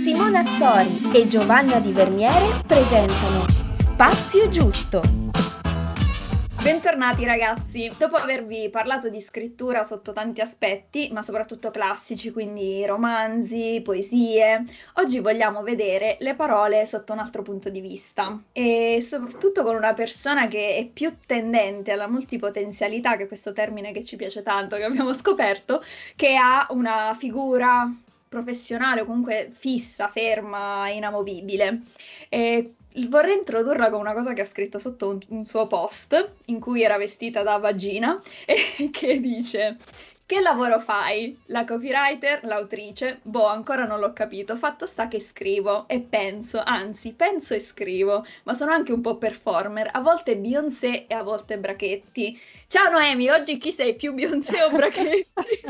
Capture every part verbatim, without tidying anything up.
Simona Azzori e Giovanna Di Verniere presentano Spazio Giusto. Bentornati ragazzi, dopo avervi parlato di scrittura sotto tanti aspetti, ma soprattutto classici, quindi romanzi, poesie, oggi vogliamo vedere le parole sotto un altro punto di vista e soprattutto con una persona che è più tendente alla multipotenzialità, che è questo termine che ci piace tanto, che abbiamo scoperto, che ha una figura professionale o comunque fissa, ferma, inamovibile. E vorrei introdurla con una cosa che ha scritto sotto un, un suo post in cui era vestita da vagina e che dice: che lavoro fai? La copywriter, l'autrice? Boh, ancora non l'ho capito. Fatto sta che scrivo e penso, anzi, penso e scrivo, ma sono anche un po' performer, a volte Beyoncé e a volte Brachetti. Ciao Noemi, oggi chi sei, più Beyoncé o Brachetti?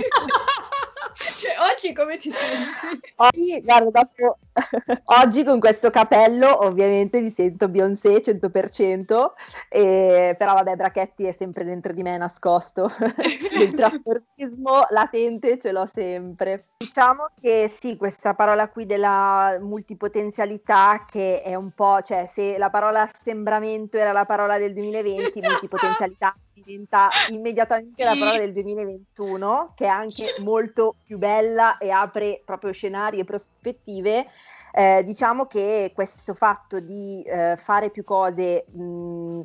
Cioè, oggi come ti senti? Oggi, guarda, dopo... Oggi con questo capello ovviamente mi sento Beyoncé cento per cento, e... però vabbè, Brachetti è sempre dentro di me nascosto, il trasformismo latente ce l'ho sempre. Diciamo che sì, questa parola qui della multipotenzialità, che è un po', cioè se la parola assembramento era la parola del duemilaventi, multipotenzialità diventa immediatamente sì. La parola del duemilaventuno, che è anche molto più bella e apre proprio scenari e prospettive. Eh, diciamo che questo fatto di eh, fare più cose, mh,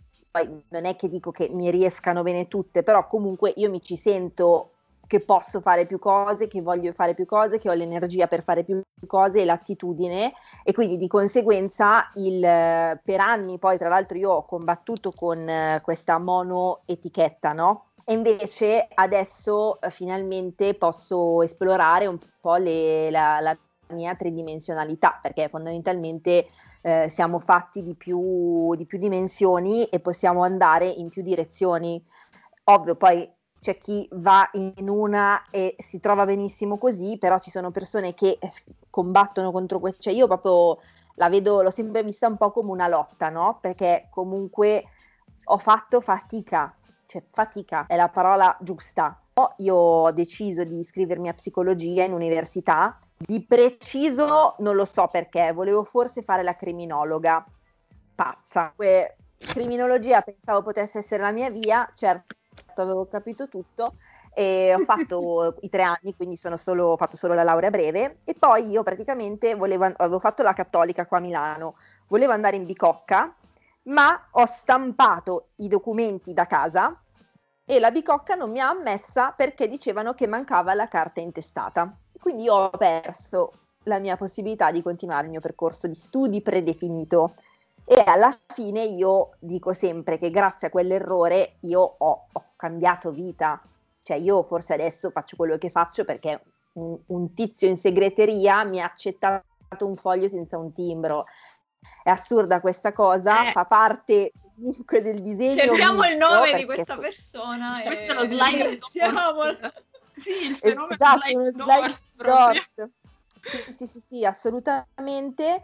poi non è che dico che mi riescano bene tutte, però comunque io mi ci sento che posso fare più cose, che voglio fare più cose, che ho l'energia per fare più cose e l'attitudine, e quindi di conseguenza il, per anni poi tra l'altro io ho combattuto con eh, questa monoetichetta, no? E invece adesso eh, finalmente posso esplorare un po' le, la, la mia tridimensionalità, perché fondamentalmente eh, siamo fatti di più, di più dimensioni e possiamo andare in più direzioni. Ovvio, poi c'è chi va in una e si trova benissimo così, però ci sono persone che combattono contro questo. Cioè io proprio la vedo, l'ho sempre vista un po' come una lotta, no? Perché comunque ho fatto fatica, cioè fatica è la parola giusta. Io ho deciso di iscrivermi a psicologia in università, di preciso non lo so perché, volevo forse fare la criminologa, pazza. Que- criminologia pensavo potesse essere la mia via, certo avevo capito tutto e ho fatto i tre anni, quindi sono solo, ho fatto solo la laurea breve, e poi io praticamente volevo, avevo fatto la cattolica qua a Milano, volevo andare in Bicocca, ma ho stampato i documenti da casa e la Bicocca non mi ha ammessa perché dicevano che mancava la carta intestata. Quindi ho perso la mia possibilità di continuare il mio percorso di studi predefinito. E alla fine io dico sempre che grazie a quell'errore io ho, ho cambiato vita. Cioè io forse adesso faccio quello che faccio perché un, un tizio in segreteria mi ha accettato un foglio senza un timbro. È assurda questa cosa, eh. fa parte comunque del disegno. Cerchiamo il nome perché... di questa persona. Questo e... è lo slide iniziamo. Sì, il fenomeno esatto, slide slide doors, doors. Sì, sì, sì, sì, assolutamente.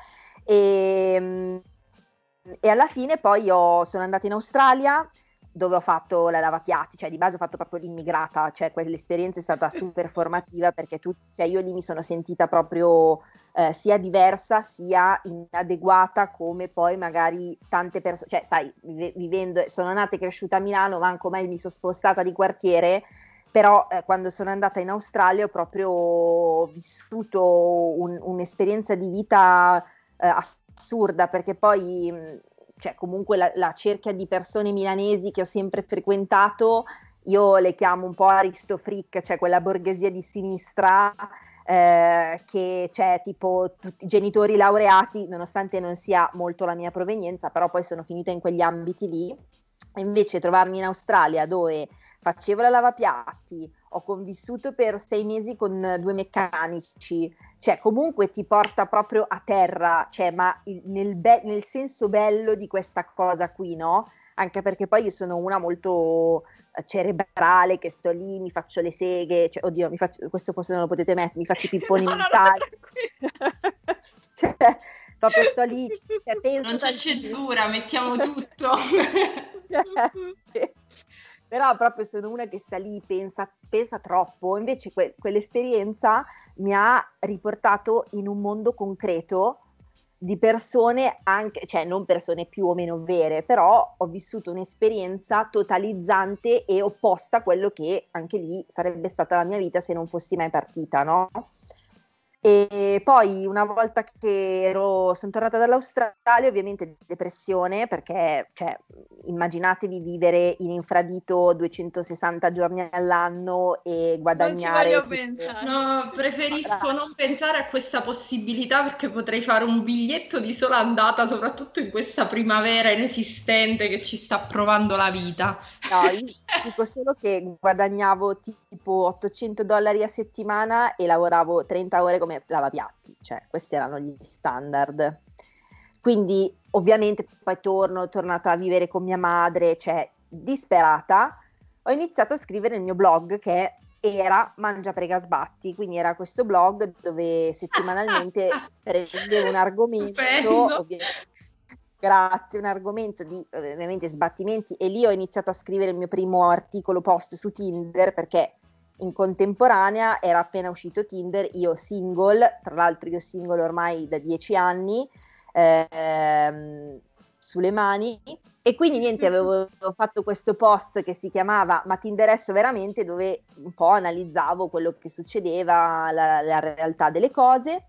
E, e alla fine poi io sono andata in Australia, dove ho fatto la lavapiatti, cioè di base ho fatto proprio l'immigrata, cioè quell'esperienza è stata super formativa perché tu, cioè io lì mi sono sentita proprio eh, sia diversa sia inadeguata, come poi magari tante persone, cioè sai, vive- vivendo, sono nata e cresciuta a Milano, manco mai mi sono spostata di quartiere, però eh, quando sono andata in Australia ho proprio vissuto un- un'esperienza di vita eh, assurda, perché poi mh, cioè comunque la, la cerchia di persone milanesi che ho sempre frequentato, io le chiamo un po' aristofric, cioè quella borghesia di sinistra eh, che c'è tipo tutti i genitori laureati, nonostante non sia molto la mia provenienza, però poi sono finita in quegli ambiti lì. E invece trovarmi in Australia, dove facevo la lavapiatti, ho convissuto per sei mesi con due meccanici, cioè comunque ti porta proprio a terra, cioè ma il, nel, be- nel senso bello di questa cosa qui, no? Anche perché poi io sono una molto cerebrale, che sto lì, mi faccio le seghe, cioè, oddio, mi faccio, questo forse non lo potete mettere, mi faccio i pipponi No, no, mentali. Cioè, proprio sto lì, cioè, penso non c'è tantissimo. censura, mettiamo tutto. Però proprio sono una che sta lì, pensa, pensa troppo, invece que- quell'esperienza mi ha riportato in un mondo concreto di persone anche, cioè non persone più o meno vere, però ho vissuto un'esperienza totalizzante e opposta a quello che anche lì sarebbe stata la mia vita se non fossi mai partita, no? E poi una volta che ero, sono tornata dall'Australia, ovviamente depressione, perché cioè, immaginatevi vivere in infradito duecentosessanta giorni all'anno e Non ci guadagnare voglio tipo... pensare. No, preferisco Allora, non pensare a questa possibilità perché potrei fare un biglietto di sola andata, soprattutto in questa primavera inesistente che ci sta provando la vita. no, io dico solo che guadagnavo tipo ottocento dollari a settimana e lavoravo trenta ore come lavapiatti, cioè questi erano gli standard. Quindi ovviamente poi torno, tornata a vivere con mia madre, cioè disperata, ho iniziato a scrivere il mio blog che era Mangia Prega Sbatti, quindi era questo blog dove settimanalmente prendevo un argomento, Stupendo. ovviamente grazie, un argomento di eh, ovviamente sbattimenti e lì ho iniziato a scrivere il mio primo articolo post su Tinder perché in contemporanea era appena uscito Tinder, io single, tra l'altro io single ormai da dieci anni, ehm, sulle mani e quindi niente, avevo fatto questo post che si chiamava Ma ti interesso veramente, dove un po' analizzavo quello che succedeva, la, la realtà delle cose.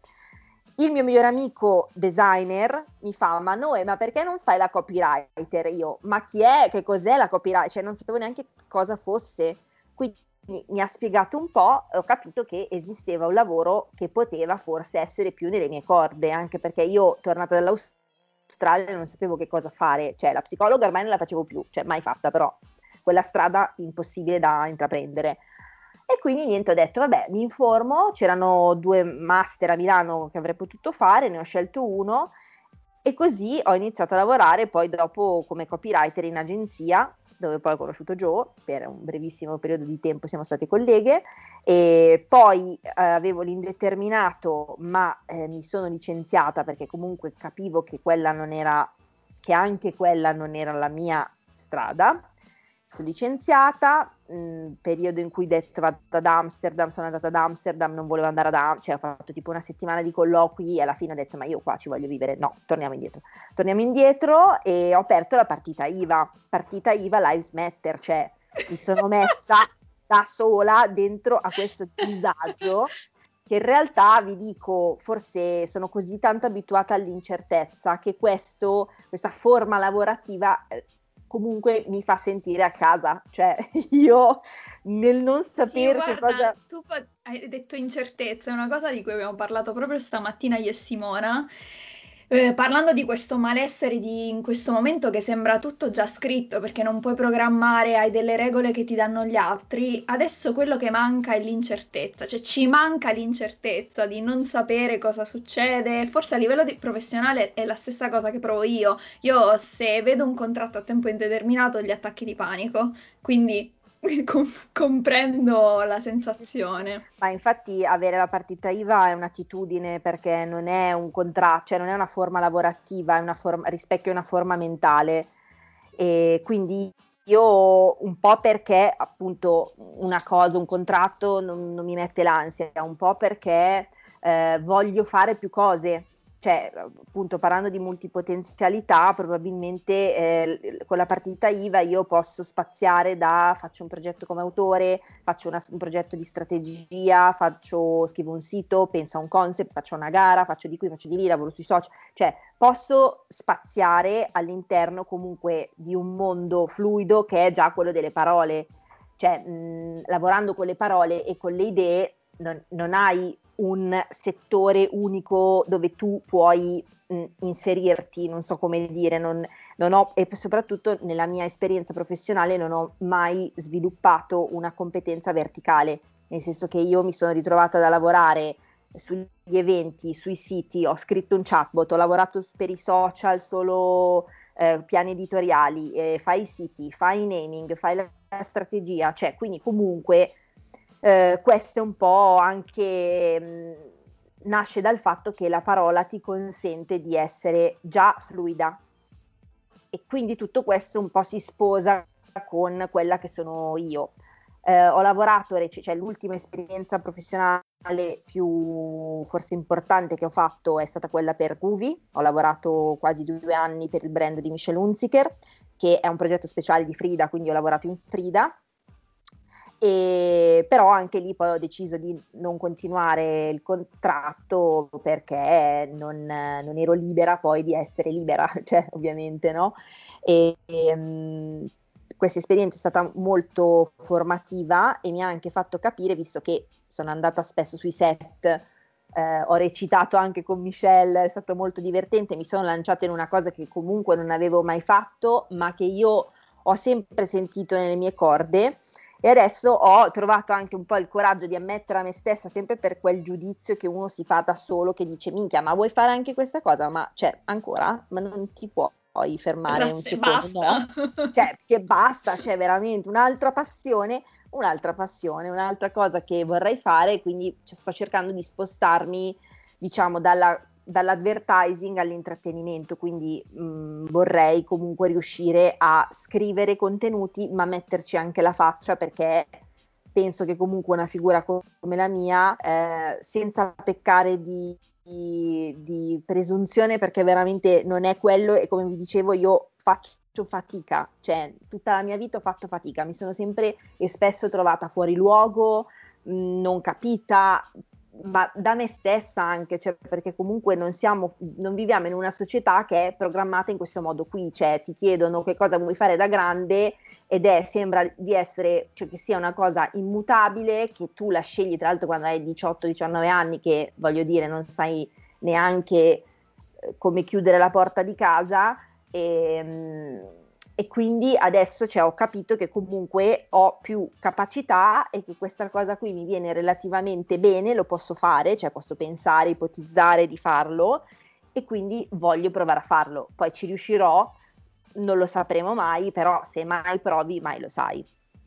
Il mio migliore amico designer mi fa: ma Noè, ma perché non fai la copywriter? Io, ma chi è? Che cos'è la copywriter? Cioè non sapevo neanche cosa fosse. Quindi mi ha spiegato un po', ho capito che esisteva un lavoro che poteva forse essere più nelle mie corde, anche perché io, tornata dall'Australia, non sapevo che cosa fare. Cioè la psicologa ormai non la facevo più, cioè mai fatta, però quella strada impossibile da intraprendere. E quindi niente, ho detto, vabbè, mi informo, c'erano due master a Milano che avrei potuto fare, ne ho scelto uno e così ho iniziato a lavorare poi dopo come copywriter in agenzia, dove poi ho conosciuto Joe, per un brevissimo periodo di tempo siamo state colleghe, e poi eh, avevo l'indeterminato, ma eh, mi sono licenziata perché comunque capivo che quella non era, che anche quella non era la mia strada. Sono licenziata, mh, periodo in cui ho detto vado ad Amsterdam, sono andata ad Amsterdam, non volevo andare ad Amsterdam, cioè ho fatto tipo una settimana di colloqui e alla fine ho detto ma io qua ci voglio vivere, no, torniamo indietro. Torniamo indietro e ho aperto la partita I V A, partita I V A Lives Matter, cioè mi sono messa da sola dentro a questo disagio che in realtà vi dico, forse sono così tanto abituata all'incertezza che questo, questa forma lavorativa eh, comunque mi fa sentire a casa, cioè io nel non Sì, saper che guarda, cosa... tu pa- hai detto incertezza, è una cosa di cui abbiamo parlato proprio stamattina io e Simona, eh, parlando di questo malessere di, in questo momento che sembra tutto già scritto perché non puoi programmare, hai delle regole che ti danno gli altri, adesso quello che manca è l'incertezza, cioè ci manca l'incertezza di non sapere cosa succede, forse a livello di- professionale è la stessa cosa che provo io, io se vedo un contratto a tempo indeterminato ho gli attacchi di panico, quindi... Com- comprendo la Sì, sì, sì. sensazione. Ma infatti avere la partita I V A è un'attitudine perché non è un contratto, cioè non è una forma lavorativa, è una forma, rispecchia una forma mentale. E quindi io un po' perché appunto una cosa, un contratto non, non mi mette l'ansia, un po' perché eh, voglio fare più cose. Cioè, appunto, parlando di multipotenzialità, probabilmente eh, con la partita I V A io posso spaziare da faccio un progetto come autore, faccio una- un progetto di strategia, faccio, scrivo un sito, penso a un concept, faccio una gara, faccio di qui, faccio di lì, lavoro sui social, cioè posso spaziare all'interno comunque di un mondo fluido che è già quello delle parole, cioè mh, lavorando con le parole e con le idee non, non hai un settore unico dove tu puoi mh, inserirti, non so come dire, non, non ho, e soprattutto nella mia esperienza professionale non ho mai sviluppato una competenza verticale, nel senso che io mi sono ritrovata da lavorare sugli eventi, sui siti, ho scritto un chatbot, ho lavorato per i social solo eh, piani editoriali, eh, fai i siti, fai i naming, fai la, la strategia, cioè quindi comunque eh, questo è un po' anche mh, nasce dal fatto che la parola ti consente di essere già fluida e quindi tutto questo un po' si sposa con quella che sono io. Eh, ho lavorato, rec- cioè l'ultima esperienza professionale più forse importante che ho fatto è stata quella per Guvi. Ho lavorato quasi due anni per il brand di Michel Hunziker, che è un progetto speciale di Frida, quindi ho lavorato in Frida. E però anche lì poi ho deciso di non continuare il contratto perché non, non ero libera poi di essere libera, cioè ovviamente no. E, e, um, questa esperienza è stata molto formativa e mi ha anche fatto capire, visto che sono andata spesso sui set, eh, ho recitato anche con Michelle, è stato molto divertente, mi sono lanciata in una cosa che comunque non avevo mai fatto, ma che io ho sempre sentito nelle mie corde. E adesso ho trovato anche un po' il coraggio di ammettere a me stessa, sempre per quel giudizio che uno si fa da solo, che dice minchia, ma vuoi fare anche questa cosa? Ma cioè, ancora? Ma non ti puoi fermare un Basta, secondo, basta. no? Cioè, che basta, c'è veramente un'altra passione, un'altra passione, un'altra cosa che vorrei fare, quindi cioè, sto cercando di spostarmi, diciamo, dalla dall'advertising all'intrattenimento, quindi mh, vorrei comunque riuscire a scrivere contenuti ma metterci anche la faccia, perché penso che comunque una figura come la mia, eh, senza peccare di, di, di presunzione, perché veramente non è quello, e come vi dicevo io faccio fatica, cioè tutta la mia vita ho fatto fatica, mi sono sempre e spesso trovata fuori luogo, mh, non capita, ma da me stessa anche, cioè, perché comunque non siamo, non viviamo in una società che è programmata in questo modo qui, cioè ti chiedono che cosa vuoi fare da grande ed è, sembra di essere, cioè che sia una cosa immutabile, che tu la scegli tra l'altro quando hai diciotto diciannove anni, che voglio dire non sai neanche eh, come chiudere la porta di casa, e, mh, e quindi adesso cioè, ho capito che comunque ho più capacità e che questa cosa qui mi viene relativamente bene, lo posso fare, cioè posso pensare, ipotizzare di farlo, e quindi voglio provare a farlo. Poi ci riuscirò, non lo sapremo mai, però se mai provi mai lo sai.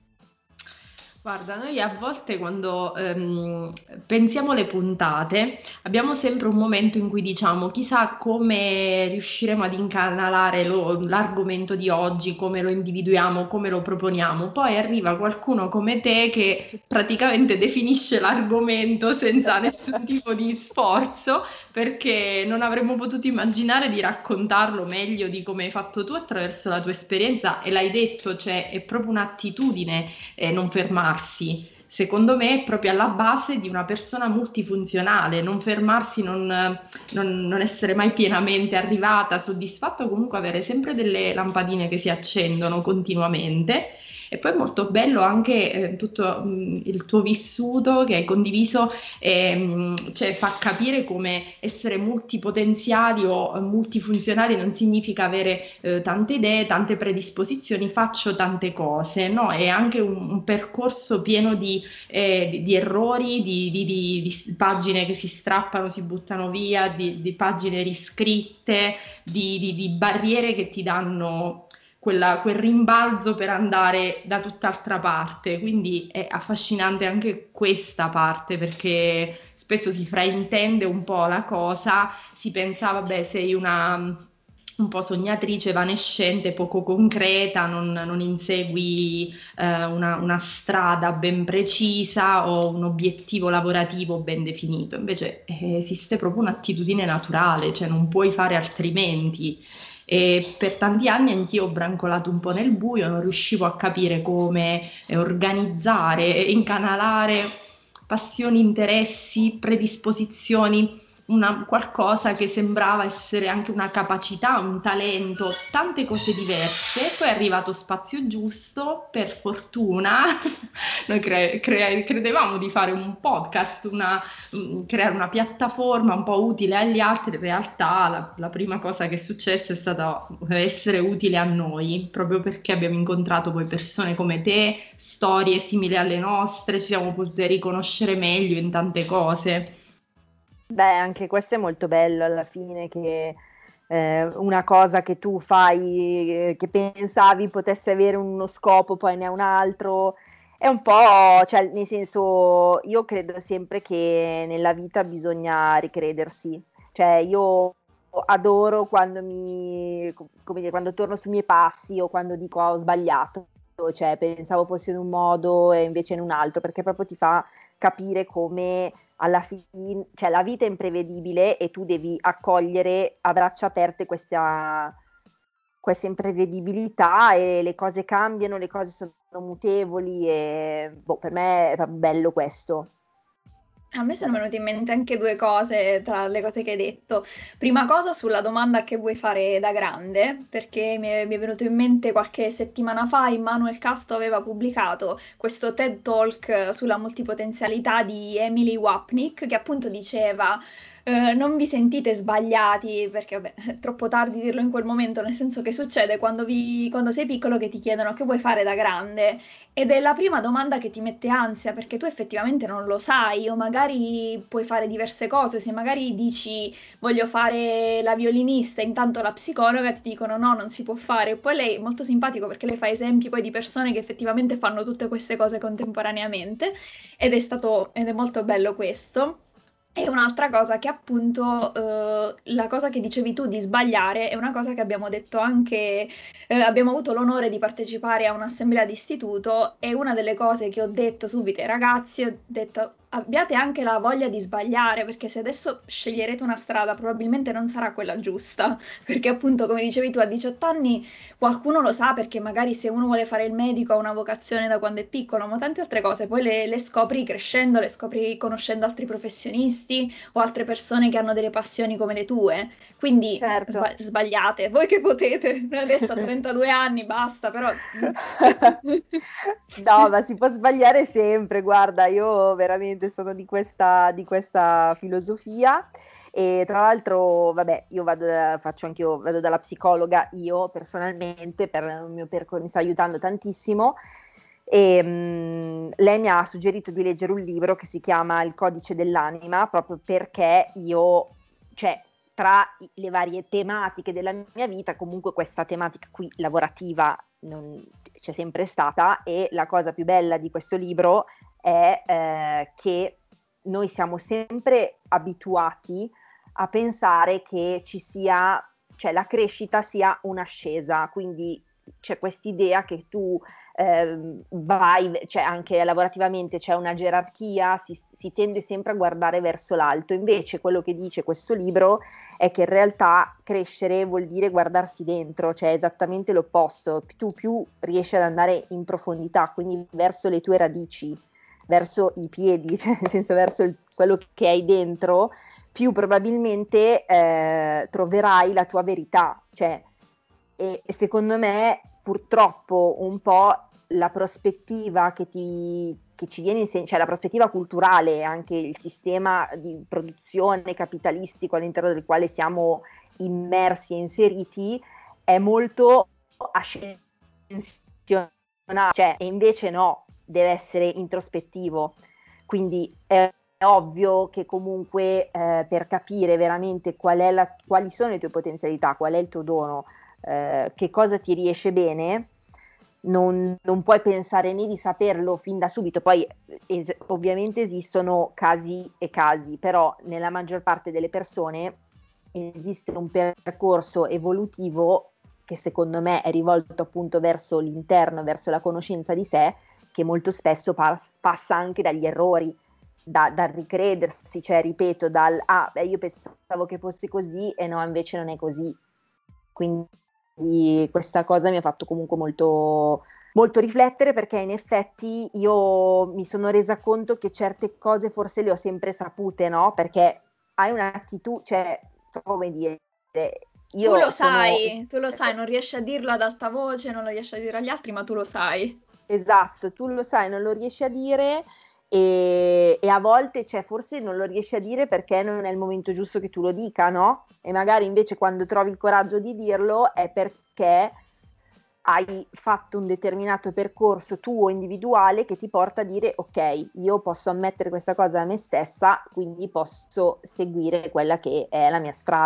Guarda, noi a volte quando ehm, pensiamo alle puntate abbiamo sempre un momento in cui diciamo chissà come riusciremo ad incanalare lo- l'argomento di oggi, come lo individuiamo, come lo proponiamo. Poi arriva qualcuno come te che praticamente definisce l'argomento senza nessun tipo di sforzo, perché non avremmo potuto immaginare di raccontarlo meglio di come hai fatto tu attraverso la tua esperienza, e l'hai detto, cioè è proprio un'attitudine eh, non fermarsi. Secondo me è proprio alla base di una persona multifunzionale, non fermarsi, non, non, non essere mai pienamente arrivata, soddisfatto, comunque avere sempre delle lampadine che si accendono continuamente. E poi è molto bello anche eh, tutto mh, il tuo vissuto che hai condiviso, eh, mh, cioè fa capire come essere multipotenziali o eh, multifunzionali non significa avere eh, tante idee, tante predisposizioni, faccio tante cose, no? È anche un, un percorso pieno di, eh, di, di errori, di, di, di, di pagine che si strappano, si buttano via, di, di pagine riscritte, di, di, di barriere che ti danno quella, quel rimbalzo per andare da tutt'altra parte. Quindi è affascinante anche questa parte, perché spesso si fraintende un po' la cosa, si pensa, vabbè, sei una un po' sognatrice, evanescente, poco concreta, non, non insegui eh, una, una strada ben precisa o un obiettivo lavorativo ben definito. Invece eh, esiste proprio un'attitudine naturale, cioè non puoi fare altrimenti. E per tanti anni anch'io ho brancolato un po' nel buio, non riuscivo a capire come eh, organizzare e incanalare passioni, interessi, predisposizioni, una, qualcosa che sembrava essere anche una capacità, un talento, tante cose diverse. Poi è arrivato Spazio Giusto, per fortuna. Noi cre- cre- credevamo di fare un podcast, una, mh, creare una piattaforma un po' utile agli altri. In realtà la, la prima cosa che è successa è stata essere utile a noi, proprio perché abbiamo incontrato poi persone come te, storie simili alle nostre, ci siamo potute riconoscere meglio in tante cose. Beh, anche questo è molto bello alla fine, che eh, una cosa che tu fai, eh, che pensavi potesse avere uno scopo, poi ne ha un altro. È un po', cioè, nel senso, io credo sempre che nella vita bisogna ricredersi. Cioè, io adoro quando mi, come dire, quando torno sui miei passi o quando dico "Ah, ho sbagliato", cioè pensavo fosse in un modo e invece in un altro, perché proprio ti fa capire come alla fine, cioè la vita è imprevedibile e tu devi accogliere a braccia aperte questa, questa imprevedibilità, e le cose cambiano, le cose sono mutevoli e boh, per me è proprio bello questo. A me sono venute in mente anche due cose tra le cose che hai detto. Prima cosa sulla domanda che vuoi fare da grande, perché mi è, mi è venuto in mente qualche settimana fa Immanuel Casto aveva pubblicato questo TED Talk sulla multipotenzialità di Emily Wapnick, che appunto diceva eh, non vi sentite sbagliati, perché vabbè, è troppo tardi dirlo in quel momento, nel senso che succede quando, vi- quando sei piccolo che ti chiedono che vuoi fare da grande. Ed è la prima domanda che ti mette ansia perché tu effettivamente non lo sai, o magari puoi fare diverse cose. Se magari dici voglio fare la violinista e intanto la psicologa ti dicono no, non si può fare. Poi lei è molto simpatico perché lei fa esempi poi di persone che effettivamente fanno tutte queste cose contemporaneamente ed è stato ed è molto bello questo. E un'altra cosa che appunto eh, la cosa che dicevi tu di sbagliare è una cosa che abbiamo detto anche eh, abbiamo avuto l'onore di partecipare a un'assemblea d'istituto e una delle cose che ho detto subito ai ragazzi, ho detto abbiate anche la voglia di sbagliare, perché se adesso sceglierete una strada probabilmente non sarà quella giusta, perché appunto come dicevi tu a diciotto anni qualcuno lo sa perché magari se uno vuole fare il medico ha una vocazione da quando è piccolo, ma tante altre cose poi le, le scopri crescendo, le scopri conoscendo altri professionisti o altre persone che hanno delle passioni come le tue. Quindi Certo. sba- sbagliate, voi che potete. Adesso ho trentadue anni, basta, però... No, ma si può sbagliare sempre, guarda, io veramente sono di questa, di questa filosofia, e tra l'altro, vabbè, io vado da- faccio anche io, vado dalla psicologa, io personalmente, per il mio percorso mi sta aiutando tantissimo, e mm, lei mi ha suggerito di leggere un libro che si chiama Il codice dell'anima, proprio perché io, cioè, tra i- le varie tematiche della mia vita, comunque questa tematica qui lavorativa non- c'è sempre stata, e la cosa più bella di questo libro è eh, che noi siamo sempre abituati a pensare che ci sia, cioè la crescita sia un'ascesa, quindi c'è quest'idea che tu ehm, vai, cioè anche lavorativamente c'è una gerarchia, si, si tende sempre a guardare verso l'alto. Invece quello che dice questo libro è che in realtà crescere vuol dire guardarsi dentro, cioè esattamente l'opposto. Tu più riesci ad andare in profondità, quindi verso le tue radici, verso i piedi, cioè nel senso verso il, quello che hai dentro, più probabilmente eh, troverai la tua verità. Cioè, e, e secondo me purtroppo un po' la prospettiva che ti che ci viene insegnata, cioè la prospettiva culturale, anche il sistema di produzione capitalistico all'interno del quale siamo immersi e inseriti, è molto ascensionale, cioè, e invece no, deve essere introspettivo. Quindi è ovvio che comunque eh, per capire veramente qual è la, quali sono le tue potenzialità, qual è il tuo dono, eh, che cosa ti riesce bene, non, non puoi pensare né di saperlo fin da subito. Poi es- ovviamente esistono casi e casi, però nella maggior parte delle persone esiste un percorso evolutivo che secondo me è rivolto appunto verso l'interno, verso la conoscenza di sé, che molto spesso pa- passa anche dagli errori, da, dal ricredersi, cioè ripeto, dal ah, beh, io pensavo che fosse così e no, invece non è così. Quindi questa cosa mi ha fatto comunque molto, molto riflettere, perché in effetti io mi sono resa conto che certe cose forse le ho sempre sapute, no? Perché hai un'attitudine, cioè, come dire, Tu lo io sono... sai, tu lo sai, non riesci a dirlo ad alta voce, non lo riesci a dire agli altri, ma tu lo sai. Esatto, tu lo sai, non lo riesci a dire, e, e a volte, cioè, forse non lo riesci a dire perché non è il momento giusto che tu lo dica, no? E magari invece quando trovi il coraggio di dirlo è perché hai fatto un determinato percorso tuo individuale che ti porta a dire ok, io posso ammettere questa cosa a me stessa, quindi posso seguire quella che è la mia strada.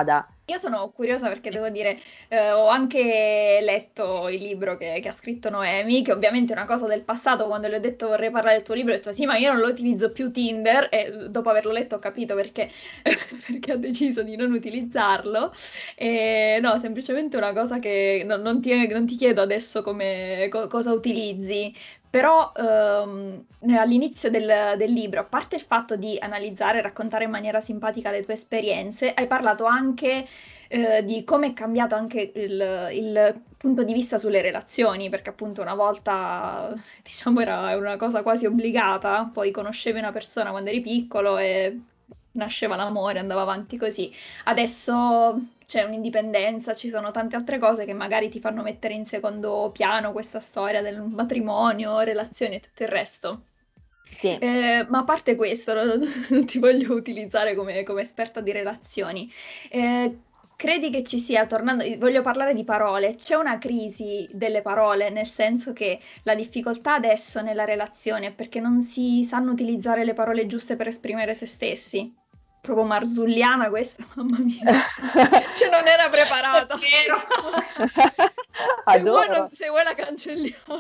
Io sono curiosa perché devo dire, eh, ho anche letto il libro che, che ha scritto Noemi, che ovviamente è una cosa del passato. Quando le ho detto vorrei parlare del tuo libro, ho detto sì, ma io non lo utilizzo più Tinder, e dopo averlo letto ho capito perché, perché ho deciso di non utilizzarlo. E, no, semplicemente una cosa che non, non ti, non ti chiedo adesso come, co- cosa utilizzi. Però ehm, all'inizio del, del libro, a parte il fatto di analizzare e raccontare in maniera simpatica le tue esperienze, hai parlato anche eh, di come è cambiato anche il, il punto di vista sulle relazioni, perché appunto una volta, diciamo, era una cosa quasi obbligata, poi conoscevi una persona quando eri piccolo e nasceva l'amore, andava avanti così. Adesso c'è un'indipendenza, ci sono tante altre cose che magari ti fanno mettere in secondo piano questa storia del matrimonio, relazioni e tutto il resto. Sì. Eh, ma a parte questo, non, non ti voglio utilizzare come, come esperta di relazioni. Eh, credi che ci sia, tornando, voglio parlare di parole, c'è una crisi delle parole, nel senso che la difficoltà adesso nella relazione è perché non si sanno utilizzare le parole giuste per esprimere se stessi. Proprio marzulliana questa, mamma mia. Cioè non era preparata. Vero. Se vuoi, non- Adoro. se vuoi la cancelliamo.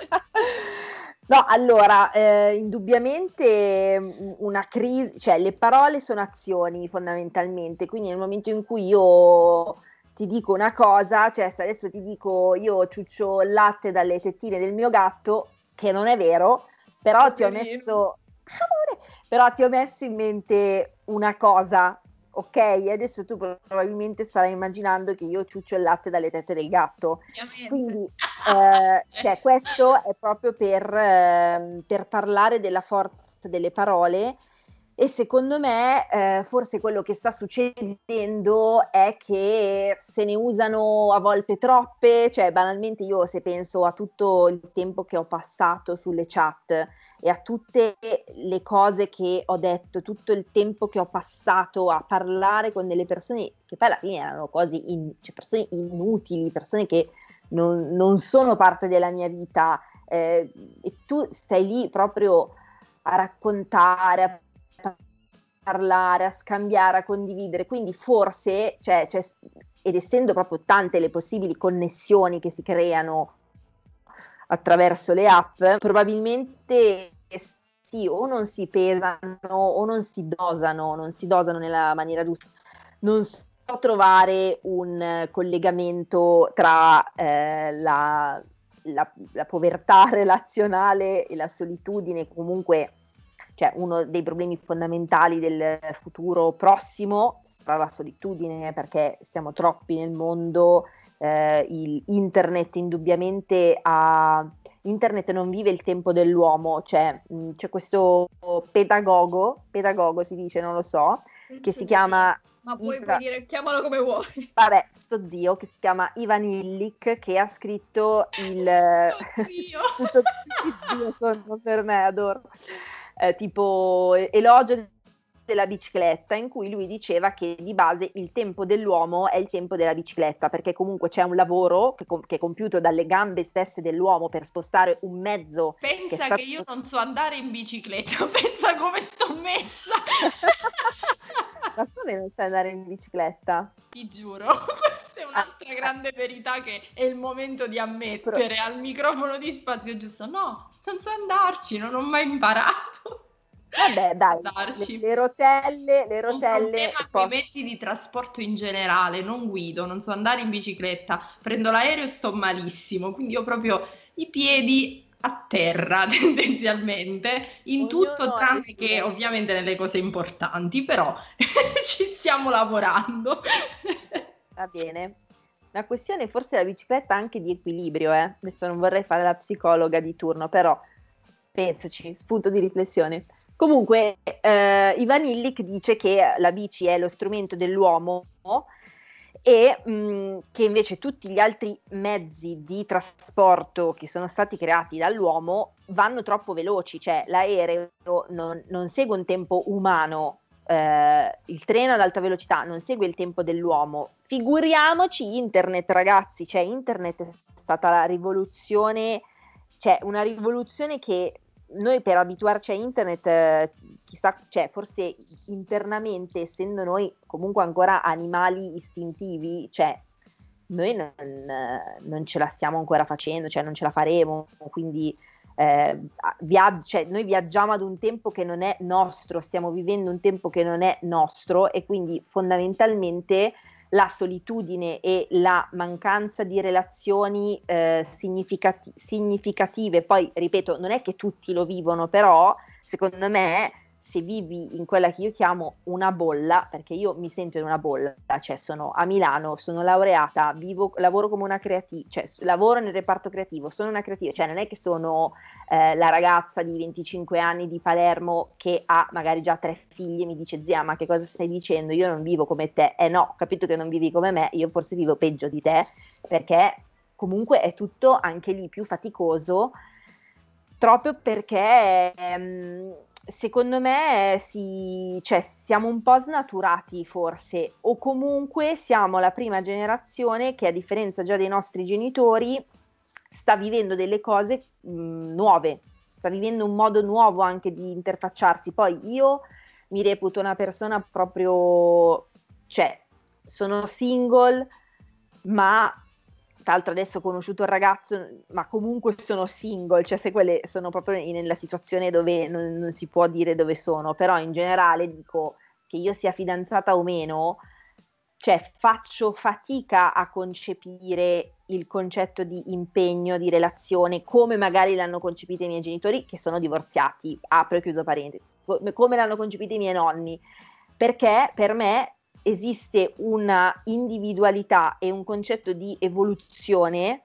No, allora, eh, indubbiamente mm, una crisi, cioè le parole sono azioni fondamentalmente, quindi nel momento in cui io ti dico una cosa, cioè se adesso ti dico io ciuccio il latte dalle tettine del mio gatto, che non è vero, però ti ho Poverino. messo, amore, però ti ho messo in mente una cosa, ok? E adesso tu probabilmente starai immaginando che io ciuccio il latte dalle tette del gatto. Ovviamente. Quindi, eh, cioè, questo è proprio per, ehm, per parlare della forza delle parole e secondo me eh, forse quello che sta succedendo è che se ne usano a volte troppe, cioè banalmente io se penso a tutto il tempo che ho passato sulle chat e a tutte le cose che ho detto, tutto il tempo che ho passato a parlare con delle persone che poi alla fine erano quasi in, cioè persone inutili, persone che non, non sono parte della mia vita, eh, e tu stai lì proprio a raccontare, a parlare, a scambiare, a condividere, quindi forse, cioè, cioè, ed essendo proprio tante le possibili connessioni che si creano attraverso le app, probabilmente sì, o non si pesano o non si dosano, non si dosano nella maniera giusta. Non so trovare un collegamento tra eh, la, la, la povertà relazionale e la solitudine, comunque cioè uno dei problemi fondamentali del futuro prossimo sarà la solitudine, perché siamo troppi nel mondo, eh, il internet indubbiamente ha internet non vive il tempo dell'uomo, cioè mh, c'è questo pedagogo, pedagogo si dice, non lo so, che Penso si di sì. chiama Ma puoi, Iva- puoi dire, chiamalo come vuoi. vabbè, sto zio che si chiama Ivan Illich, che ha scritto il Oddio. tutto, tutti zio sono per me, adoro. Eh, tipo Elogio della bicicletta, in cui lui diceva che di base il tempo dell'uomo è il tempo della bicicletta, perché comunque c'è un lavoro che, che è compiuto dalle gambe stesse dell'uomo per spostare un mezzo che è Pensa stato... che io non so andare in bicicletta, pensa come sto messa. Ma come non sai andare in bicicletta? Ti giuro, questa è Ah, un'altra grande verità che è il momento di però- ammettere al microfono di Spazio Giusto. No, non so andarci, non ho mai imparato Vabbè, dai, a le, andarci. le rotelle, le Ho un rotelle problema con i posso... mezzi di trasporto in generale, non guido, non so andare in bicicletta, prendo l'aereo e sto malissimo, quindi ho proprio i piedi a terra tendenzialmente, in tutto Ognuno ha le tranne che sue. ovviamente nelle cose importanti, però ci stiamo lavorando. Va bene. La questione forse è la bicicletta anche di equilibrio, eh. Adesso non vorrei fare la psicologa di turno, però pensaci, spunto di riflessione. Comunque, eh, Ivan Illich dice che la bici è lo strumento dell'uomo e mh, che invece tutti gli altri mezzi di trasporto che sono stati creati dall'uomo vanno troppo veloci, cioè l'aereo non, non segue un tempo umano, eh, il treno ad alta velocità non segue il tempo dell'uomo. Figuriamoci internet, ragazzi, cioè internet è stata la rivoluzione, cioè una rivoluzione che noi per abituarci a internet, eh, chissà, cioè forse internamente, essendo noi comunque ancora animali istintivi, cioè noi non, non ce la stiamo ancora facendo, cioè non ce la faremo, quindi eh, via- cioè, noi viaggiamo ad un tempo che non è nostro, stiamo vivendo un tempo che non è nostro e quindi fondamentalmente la solitudine e la mancanza di relazioni eh, significati- significative, poi ripeto, non è che tutti lo vivono, però secondo me se vivi in quella che io chiamo una bolla, perché io mi sento in una bolla, cioè sono a Milano, sono laureata, vivo, lavoro come una creativa, cioè lavoro nel reparto creativo, sono una creativa, cioè non è che sono eh, la ragazza di venticinque anni di Palermo che ha magari già tre figli e mi dice zia ma che cosa stai dicendo, io non vivo come te, eh no, ho capito che non vivi come me, io forse vivo peggio di te, perché comunque è tutto anche lì più faticoso, proprio perché ehm, secondo me si, cioè, siamo un po' snaturati forse, o comunque siamo la prima generazione che a differenza già dei nostri genitori sta vivendo delle cose mh, nuove, sta vivendo un modo nuovo anche di interfacciarsi. Poi io mi reputo una persona proprio, cioè, sono single, ma tra l'altro adesso ho conosciuto il ragazzo, ma comunque sono single, cioè se quelle sono proprio nella situazione dove non, non si può dire dove sono, però in generale dico che io sia fidanzata o meno, cioè faccio fatica a concepire il concetto di impegno, di relazione, come magari l'hanno concepito i miei genitori, che sono divorziati, apro e chiudo parentesi, come l'hanno concepito i miei nonni, perché per me esiste una individualità e un concetto di evoluzione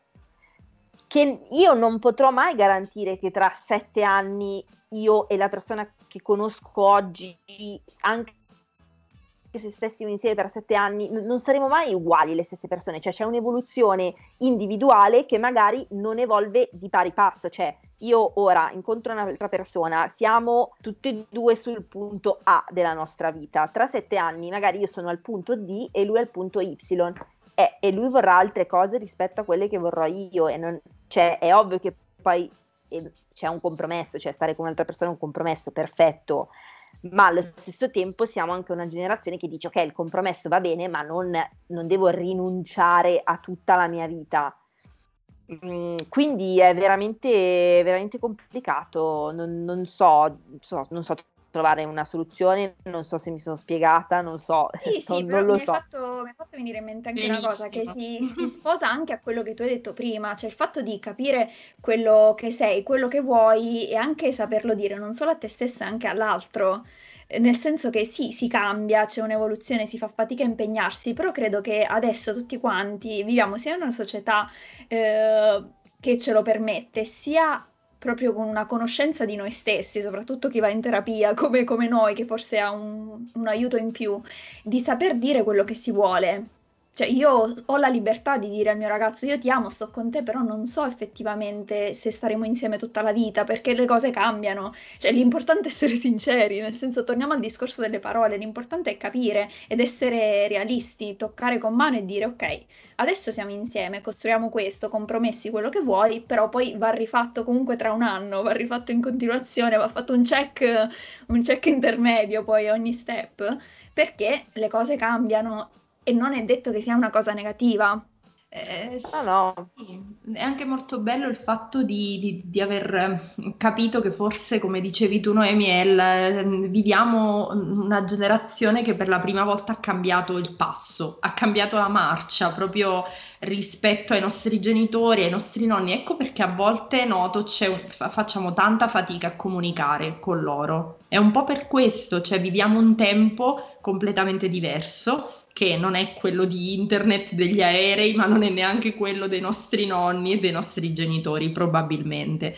che io non potrò mai garantire che tra sette anni io e la persona che conosco oggi, anche se stessimo insieme per sette anni, n- non saremo mai uguali le stesse persone, cioè c'è un'evoluzione individuale che magari non evolve di pari passo, cioè io ora incontro un'altra persona, siamo tutti e due sul punto A della nostra vita, tra sette anni magari io sono al punto D e lui al punto Y, e, e lui vorrà altre cose rispetto a quelle che vorrò io, e non, cioè è ovvio che poi eh, c'è un compromesso, cioè stare con un'altra persona è un compromesso, perfetto, ma allo stesso tempo siamo anche una generazione che dice ok, il compromesso va bene, ma non, non devo rinunciare a tutta la mia vita. Mm, quindi è veramente, veramente complicato, non, non so, so- non so trovare una soluzione, non so se mi sono spiegata, non so, Sì, sì, non, però non lo mi hai so. fatto, mi hai fatto venire in mente anche una cosa che Benissimo. si, si sposa anche a quello che tu hai detto prima, cioè il fatto di capire quello che sei, quello che vuoi e anche saperlo dire non solo a te stessa, anche all'altro. Eh, Nel senso che sì, si cambia, c'è un'evoluzione, si fa fatica a impegnarsi, però credo che adesso tutti quanti viviamo sia in una società eh, che ce lo permette, sia proprio con una conoscenza di noi stessi, soprattutto chi va in terapia come, come noi, che forse ha un un aiuto in più di saper dire quello che si vuole. Cioè, io ho la libertà di dire al mio ragazzo, io ti amo, sto con te, però non so effettivamente se staremo insieme tutta la vita, perché le cose cambiano. Cioè, l'importante è essere sinceri, nel senso, torniamo al discorso delle parole, l'importante è capire ed essere realisti, toccare con mano e dire, ok, adesso siamo insieme, costruiamo questo, compromessi, quello che vuoi, però poi va rifatto comunque tra un anno, va rifatto in continuazione, va fatto un check, un check intermedio poi a ogni step perché le cose cambiano e non è detto che sia una cosa negativa. Eh, No, no, sì, è anche molto bello il fatto di, di- di aver eh, capito che forse, come dicevi tu, Noemi, è il- eh, viviamo una generazione che per la prima volta ha cambiato il passo, ha cambiato la marcia proprio rispetto ai nostri genitori, ai nostri nonni. Ecco perché a volte noto c'è un- fa- facciamo tanta fatica a comunicare con loro. È un po' per questo, cioè viviamo un tempo completamente diverso che non è quello di internet, degli aerei, ma non è neanche quello dei nostri nonni e dei nostri genitori, probabilmente.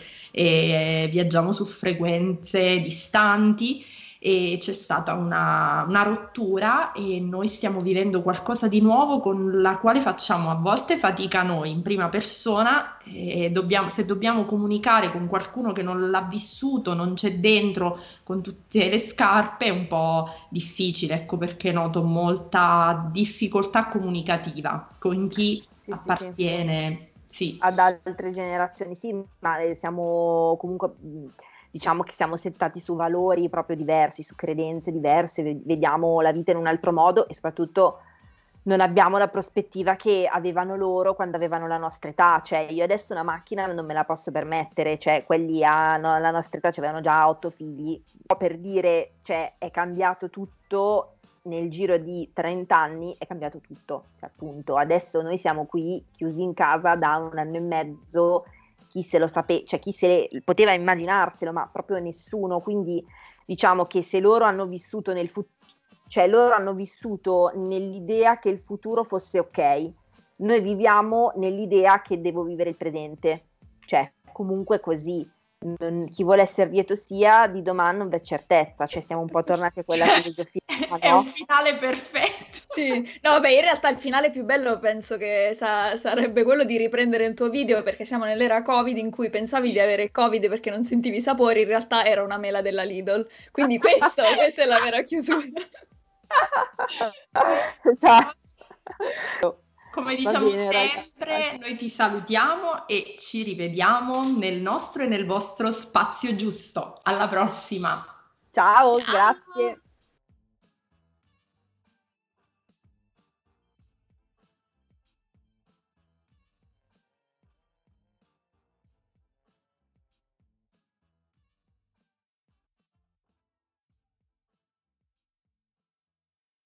E viaggiamo su frequenze distanti e c'è stata una, una rottura e noi stiamo vivendo qualcosa di nuovo con la quale facciamo a volte fatica noi in prima persona e dobbiamo, se dobbiamo comunicare con qualcuno che non l'ha vissuto, non c'è dentro con tutte le scarpe, è un po' difficile, ecco perché noto molta difficoltà comunicativa con chi sì, sì, sì. appartiene, sì. Ad altre generazioni, sì, ma eh, siamo comunque, mh, diciamo che siamo settati su valori proprio diversi, su credenze diverse, vediamo la vita in un altro modo e soprattutto non abbiamo la prospettiva che avevano loro quando avevano la nostra età. Cioè io adesso una macchina non me la posso permettere, cioè quelli hanno la nostra età, cioè avevano già otto figli, per dire, cioè è cambiato tutto nel giro di trenta anni, è cambiato tutto, cioè, appunto adesso noi siamo qui chiusi in casa da un anno e mezzo, chi se lo sapeva, cioè chi se poteva immaginarselo, ma proprio nessuno, quindi diciamo che se loro hanno vissuto nel futuro, cioè loro hanno vissuto nell'idea che il futuro fosse ok, noi viviamo nell'idea che devo vivere il presente, cioè comunque così, non, chi vuole essere lieto sia, di domani non v'è certezza, cioè siamo un po' tornati a quella Cioè, filosofia, è no? un finale perfetto. Sì, no, beh, in realtà il finale più bello penso che sa- sarebbe quello di riprendere il tuo video perché siamo nell'era Covid in cui pensavi di avere il Covid perché non sentivi i sapori, in realtà era una mela della Lidl. Quindi questo, questa è la vera chiusura. Esatto. Come Va diciamo bene, sempre, ragazzi. noi ti salutiamo e ci rivediamo nel nostro e nel vostro spazio giusto. Alla prossima! Ciao, Ciao! grazie.